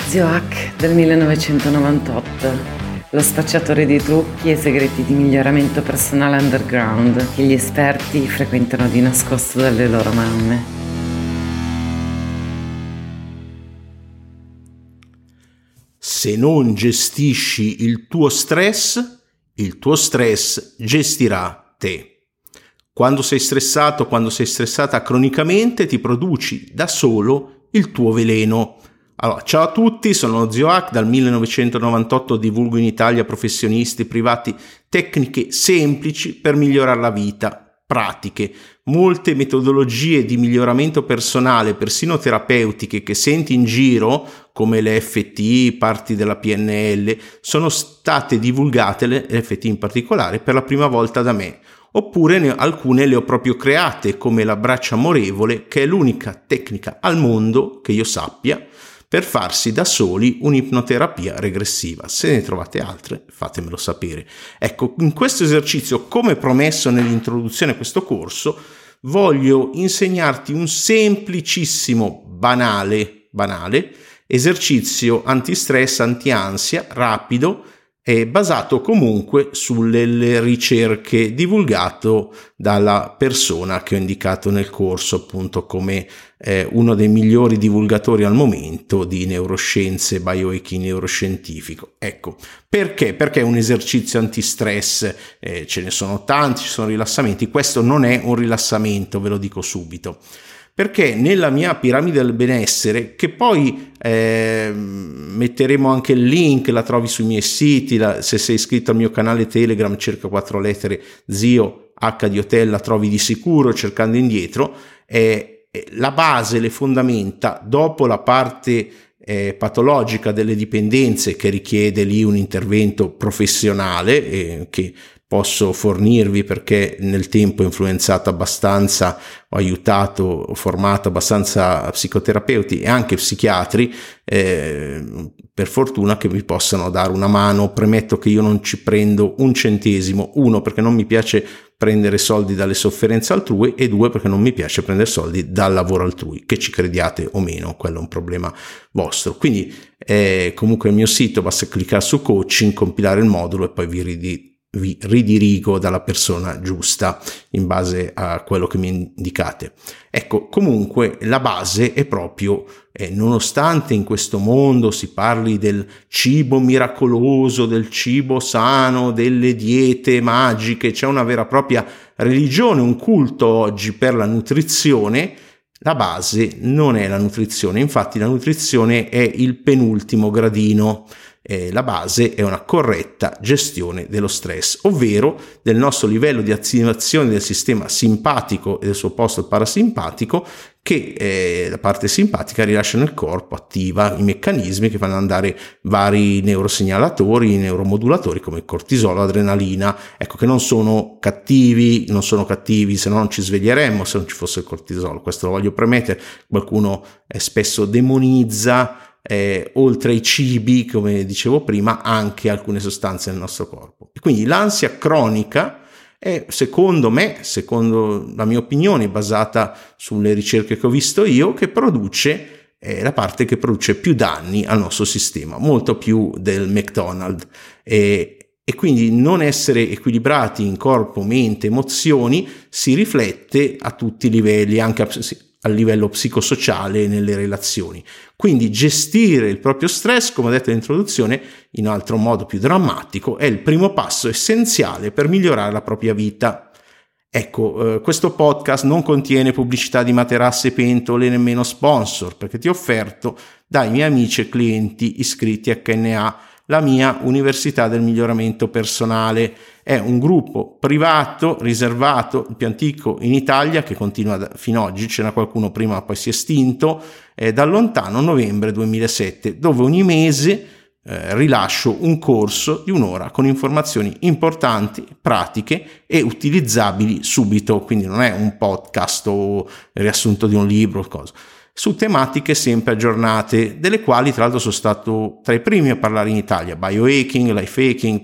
Zio Hack del 1998, lo spacciatore di trucchi e segreti di miglioramento personale underground che gli esperti frequentano di nascosto dalle loro mamme. Se non gestisci il tuo stress gestirà te. Quando sei stressato, quando sei stressata cronicamente, ti produci da solo il tuo veleno. Allora, ciao a tutti, sono lo Zio Hack, dal 1998 divulgo in Italia professionisti privati tecniche semplici per migliorare la vita, pratiche, molte metodologie di miglioramento personale, persino terapeutiche, che senti in giro, come le FT, parti della PNL, sono state divulgate, le FT in particolare, per la prima volta da me. Oppure alcune le ho proprio create, come la braccia amorevole, che è l'unica tecnica al mondo, che io sappia, per farsi da soli un'ipnoterapia regressiva. Se ne trovate altre, fatemelo sapere. Ecco, in questo esercizio, come promesso nell'introduzione a questo corso, voglio insegnarti un semplicissimo, banale esercizio antistress, anti-ansia, rapido, è basato comunque sulle ricerche divulgato dalla persona che ho indicato nel corso, appunto come uno dei migliori divulgatori al momento di neuroscienze, biohacking neuroscientifico. Ecco, perché? Perché è un esercizio antistress, ce ne sono tanti, ci sono rilassamenti, questo non è un rilassamento, ve lo dico subito. Perché nella mia piramide del benessere, che poi metteremo anche il link, la trovi sui miei siti, se sei iscritto al mio canale Telegram, cerca 4 lettere Zio H di Hotel, la trovi di sicuro cercando indietro. La base, le fondamenta, dopo la parte patologica delle dipendenze, che richiede lì un intervento professionale che posso fornirvi perché nel tempo ho influenzato abbastanza, ho aiutato, ho formato abbastanza psicoterapeuti e anche psichiatri, per fortuna, che mi possano dare una mano. Premetto che io non ci prendo un centesimo, uno perché non mi piace prendere soldi dalle sofferenze altrui, e due perché non mi piace prendere soldi dal lavoro altrui, che ci crediate o meno, quello è un problema vostro. Quindi comunque il mio sito, basta cliccare su coaching, compilare il modulo e poi vi ridirigo dalla persona giusta in base a quello che mi indicate. Ecco, comunque la base è proprio, nonostante in questo mondo si parli del cibo miracoloso, del cibo sano, delle diete magiche, c'è una vera e propria religione, un culto oggi per la nutrizione, la base non è la nutrizione. Infatti la nutrizione è il penultimo gradino. La base è una corretta gestione dello stress, ovvero del nostro livello di attivazione del sistema simpatico e del suo opposto il parasimpatico, che la parte simpatica rilascia nel corpo, attiva i meccanismi che fanno andare vari neurosegnalatori, neuromodulatori come il cortisolo, l'adrenalina, ecco, che non sono cattivi, se no non ci sveglieremmo se non ci fosse il cortisolo. Questo lo voglio premettere. Qualcuno spesso demonizza oltre ai cibi, come dicevo prima, anche alcune sostanze nel nostro corpo. E quindi l'ansia cronica è, secondo la mia opinione, basata sulle ricerche che ho visto io, che produce la parte che produce più danni al nostro sistema, molto più del McDonald's. E quindi non essere equilibrati in corpo, mente, emozioni si riflette a tutti i livelli, anche a livello psicosociale, nelle relazioni. Quindi gestire il proprio stress, come ho detto nell'introduzione, in altro modo più drammatico, è il primo passo essenziale per migliorare la propria vita. Ecco, questo podcast non contiene pubblicità di materasse, pentole, nemmeno sponsor, perché ti ho offerto dai miei amici e clienti iscritti a HNA, la mia Università del Miglioramento Personale. È un gruppo privato, riservato, il più antico in Italia, che continua fino ad oggi, c'era qualcuno prima ma poi si è estinto, dal lontano novembre 2007, dove ogni mese rilascio un corso di un'ora con informazioni importanti, pratiche e utilizzabili subito, quindi non è un podcast o riassunto di un libro o cosa, su tematiche sempre aggiornate, delle quali tra l'altro sono stato tra i primi a parlare in Italia: biohacking, life hacking,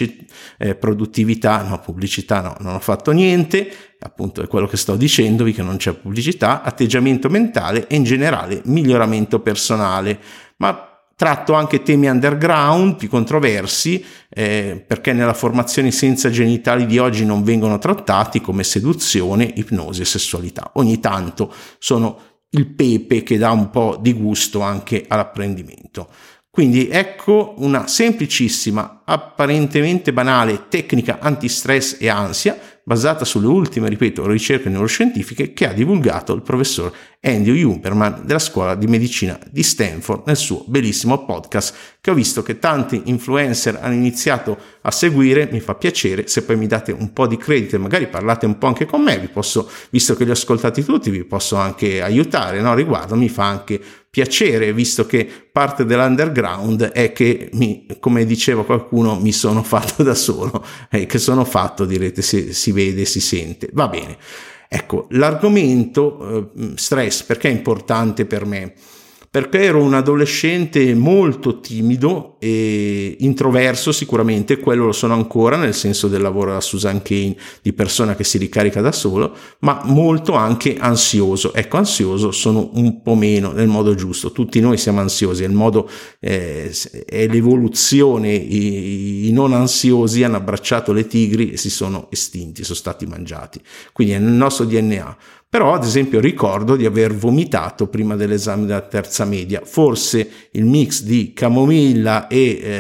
produttività, non ho fatto niente, appunto è quello che sto dicendovi, che non c'è pubblicità, atteggiamento mentale e in generale miglioramento personale. Ma tratto anche temi underground più controversi, perché nella formazione senza genitali di oggi non vengono trattati, come seduzione, ipnosi e sessualità. Ogni tanto sono il pepe che dà un po' di gusto anche all'apprendimento. Quindi ecco una semplicissima, apparentemente banale tecnica antistress e ansia, basata sulle ultime, ripeto, ricerche neuroscientifiche che ha divulgato il professor Andrew Huberman della scuola di medicina di Stanford nel suo bellissimo podcast, che ho visto che tanti influencer hanno iniziato a seguire. Mi fa piacere se poi mi date un po' di credito e magari parlate un po' anche con me, vi posso, visto che li ho ascoltati tutti, vi posso anche aiutare, no? Riguardo, mi fa anche piacere, visto che parte dell'underground è che come diceva qualcuno, mi sono fatto da solo, che sono fatto, direte, si vede, si sente, va bene. Ecco, l'argomento stress, perché è importante per me? Perché ero un adolescente molto timido e introverso, sicuramente, quello lo sono ancora, nel senso del lavoro da Susan Cain, di persona che si ricarica da solo, ma molto anche ansioso. Ecco, ansioso sono un po' meno nel modo giusto, tutti noi siamo ansiosi, il modo è l'evoluzione, i non ansiosi hanno abbracciato le tigri e si sono estinti, sono stati mangiati, quindi è nel nostro DNA. Però ad esempio ricordo di aver vomitato prima dell'esame della terza media, forse il mix di camomilla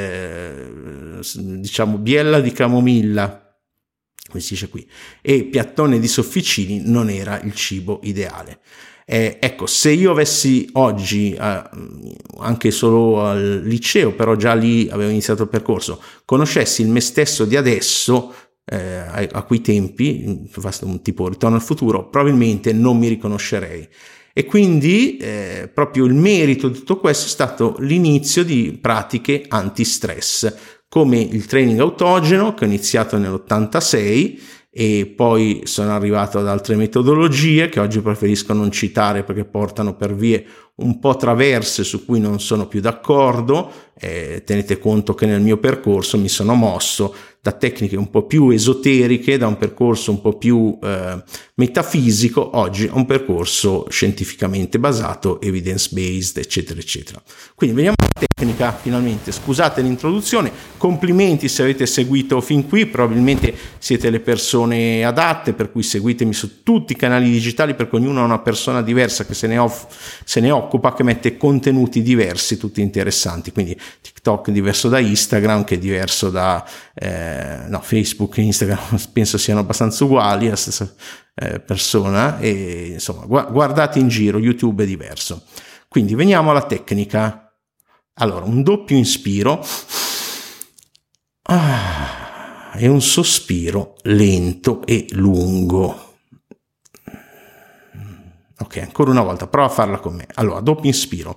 e diciamo biella di camomilla, come si dice qui, e piattone di sofficini non era il cibo ideale. Ecco, se io avessi oggi, anche solo al liceo, però già lì avevo iniziato il percorso, conoscessi il me stesso di adesso, a quei tempi, un tipo Ritorno al futuro, probabilmente non mi riconoscerei. E quindi proprio il merito di tutto questo è stato l'inizio di pratiche antistress, come il training autogeno, che ho iniziato nell'86, e poi sono arrivato ad altre metodologie che oggi preferisco non citare perché portano per vie un po' traverse su cui non sono più d'accordo. Tenete conto che nel mio percorso mi sono mosso da tecniche un po' più esoteriche, da un percorso un po' più metafisico, oggi a un percorso scientificamente basato, evidence based, eccetera eccetera. Quindi vediamo la tecnica finalmente. Scusate l'introduzione, complimenti se avete seguito fin qui, probabilmente siete le persone adatte, per cui seguitemi su tutti i canali digitali, perché ognuno è una persona diversa che se ne occupa, che mette contenuti diversi, tutti interessanti. Quindi TikTok è diverso da Instagram, che è diverso da Facebook e Instagram penso siano abbastanza uguali, la stessa persona, e insomma guardate in giro, YouTube è diverso. Quindi veniamo alla tecnica. Allora, un doppio inspiro e un sospiro lento e lungo. Ok, ancora una volta, prova a farla con me. Allora, doppio inspiro.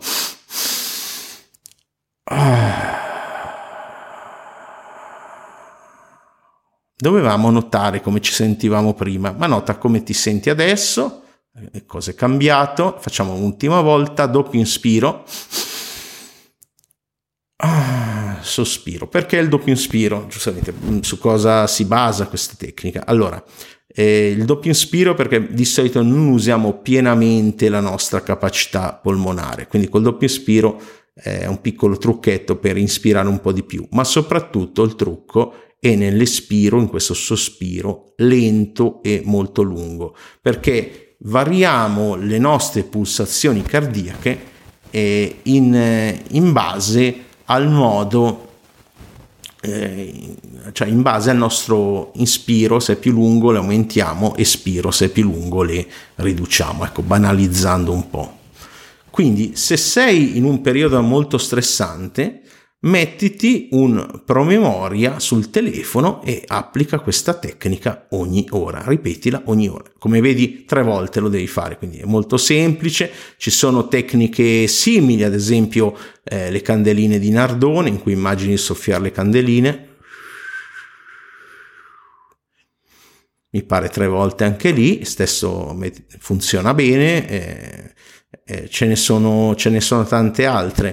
Dovevamo notare come ci sentivamo prima, ma nota come ti senti adesso, cosa è cambiato. Facciamo un'ultima volta, doppio inspiro. Sospiro. Perché il doppio inspiro? Giustamente, su cosa si basa questa tecnica? Allora, il doppio inspiro perché di solito non usiamo pienamente la nostra capacità polmonare, quindi col doppio inspiro è un piccolo trucchetto per inspirare un po' di più, ma soprattutto il trucco è nell'espiro, in questo sospiro lento e molto lungo, perché variamo le nostre pulsazioni cardiache in base al modo, cioè in base al nostro inspiro, se è più lungo le aumentiamo, espiro se è più lungo le riduciamo, ecco, banalizzando un po'. Quindi se sei in un periodo molto stressante, mettiti un promemoria sul telefono e applica questa tecnica ogni ora, ripetila ogni ora. Come vedi, 3 volte lo devi fare, quindi è molto semplice. Ci sono tecniche simili, ad esempio le candeline di Nardone, in cui immagini di soffiare le candeline. Mi pare 3 volte anche lì, stesso funziona bene, ce ne sono tante altre.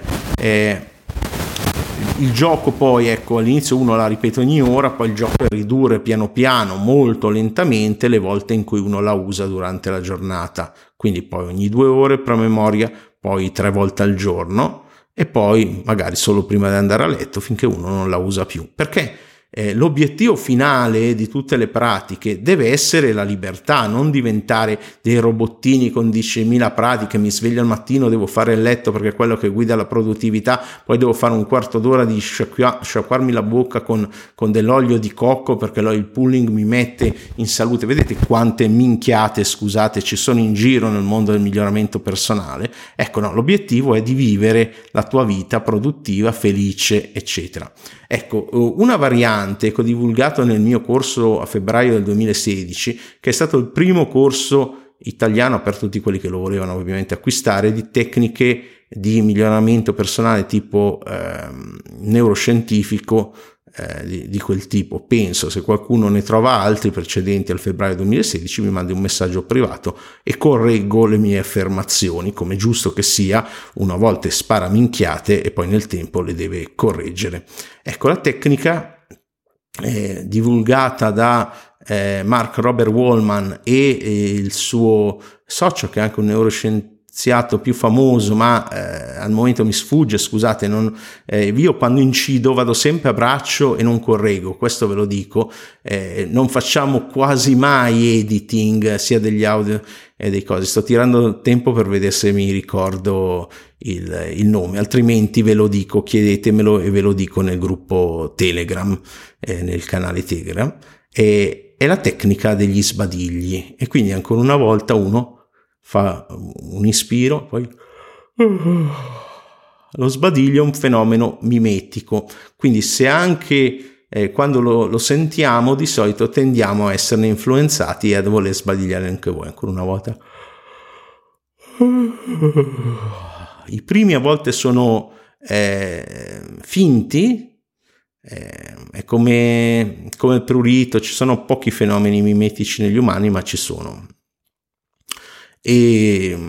Il gioco poi, ecco, all'inizio uno la ripete ogni ora, poi il gioco è ridurre piano piano, molto lentamente, le volte in cui uno la usa durante la giornata. Quindi poi ogni 2 ore promemoria, poi 3 volte al giorno, e poi magari solo prima di andare a letto finché uno non la usa più, perché l'obiettivo finale di tutte le pratiche deve essere la libertà, non diventare dei robottini con 10.000 pratiche. Mi sveglio al mattino, devo fare il letto perché è quello che guida la produttività, poi devo fare un quarto d'ora di sciacquarmi la bocca con dell'olio di cocco perché l'oil pulling mi mette in salute. Vedete quante minchiate, scusate, ci sono in giro nel mondo del miglioramento personale? Ecco, no, l'obiettivo è di vivere la tua vita produttiva, felice, eccetera. Ecco, una variante che ho divulgato nel mio corso a febbraio del 2016, che è stato il primo corso italiano per tutti quelli che lo volevano ovviamente acquistare, di tecniche di miglioramento personale tipo neuroscientifico, di quel tipo. Penso, se qualcuno ne trova altri precedenti al febbraio 2016, mi mandi un messaggio privato e correggo le mie affermazioni, come giusto che sia. Una volta spara minchiate e poi nel tempo le deve correggere. Ecco, la tecnica divulgata da Mark Robert Wallman e il suo socio, che è anche un neuroscienziato più famoso, ma al momento mi sfugge, scusate. Io quando incido vado sempre a braccio e non correggo, questo ve lo dico. Non facciamo quasi mai editing sia degli audio e dei cose. Sto tirando tempo per vedere se mi ricordo il nome, altrimenti ve lo dico, chiedetemelo e ve lo dico nel gruppo Telegram, nel canale Telegram. È la tecnica degli sbadigli, e quindi ancora una volta uno fa un ispiro, poi lo sbadiglio è un fenomeno mimetico, quindi se anche quando lo sentiamo di solito tendiamo a esserne influenzati e a voler sbadigliare anche voi. Ancora una volta, i primi a volte sono finti, è come il prurito. Ci sono pochi fenomeni mimetici negli umani, ma ci sono. E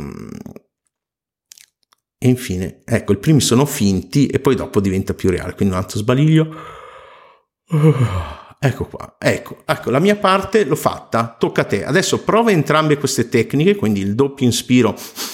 infine, ecco, i primi sono finti e poi dopo diventa più reale, quindi un altro sbadiglio. Ecco qua, ecco, la mia parte l'ho fatta, tocca a te. Adesso prova entrambe queste tecniche, quindi il doppio inspiro,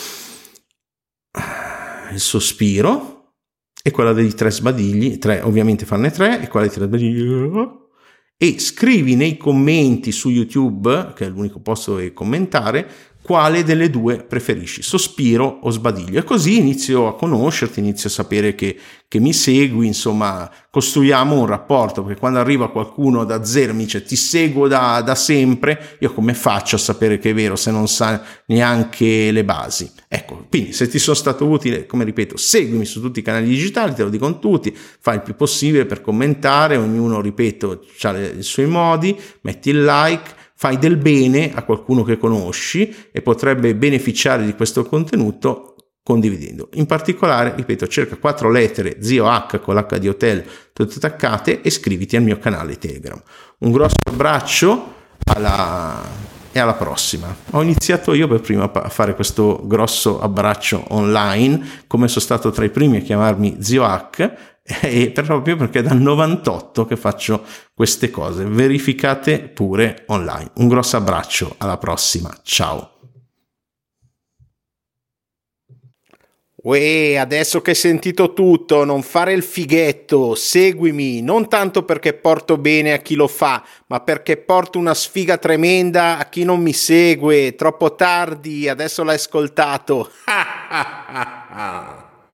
il sospiro, e quella degli 3 sbadigli, 3, ovviamente farne 3, e quella dei 3 sbadigli. E scrivi nei commenti su YouTube, che è l'unico posto dove commentare, quale delle due preferisci, sospiro o sbadiglio, e così inizio a conoscerti, inizio a sapere che mi segui, insomma costruiamo un rapporto, perché quando arriva qualcuno da zero e mi dice ti seguo da sempre, io come faccio a sapere che è vero se non sa neanche le basi? Ecco, quindi se ti sono stato utile, come ripeto, seguimi su tutti i canali digitali, te lo dicono tutti, fai il più possibile per commentare, ognuno, ripeto, ha i suoi modi, metti il like, fai del bene a qualcuno che conosci e potrebbe beneficiare di questo contenuto condividendo. In particolare, ripeto, cerca 4 lettere Zio H con l'H di hotel tutte attaccate e iscriviti al mio canale Telegram. Un grosso abbraccio e alla prossima. Ho iniziato io per prima a fare questo grosso abbraccio online, come sono stato tra i primi a chiamarmi Zio H, e proprio perché è dal 98 che faccio queste cose. Verificate pure online. Un grosso abbraccio, alla prossima, ciao. Uè, adesso che hai sentito tutto, non fare il fighetto, seguimi, non tanto perché porto bene a chi lo fa, ma perché porto una sfiga tremenda a chi non mi segue. Troppo tardi, adesso l'hai ascoltato.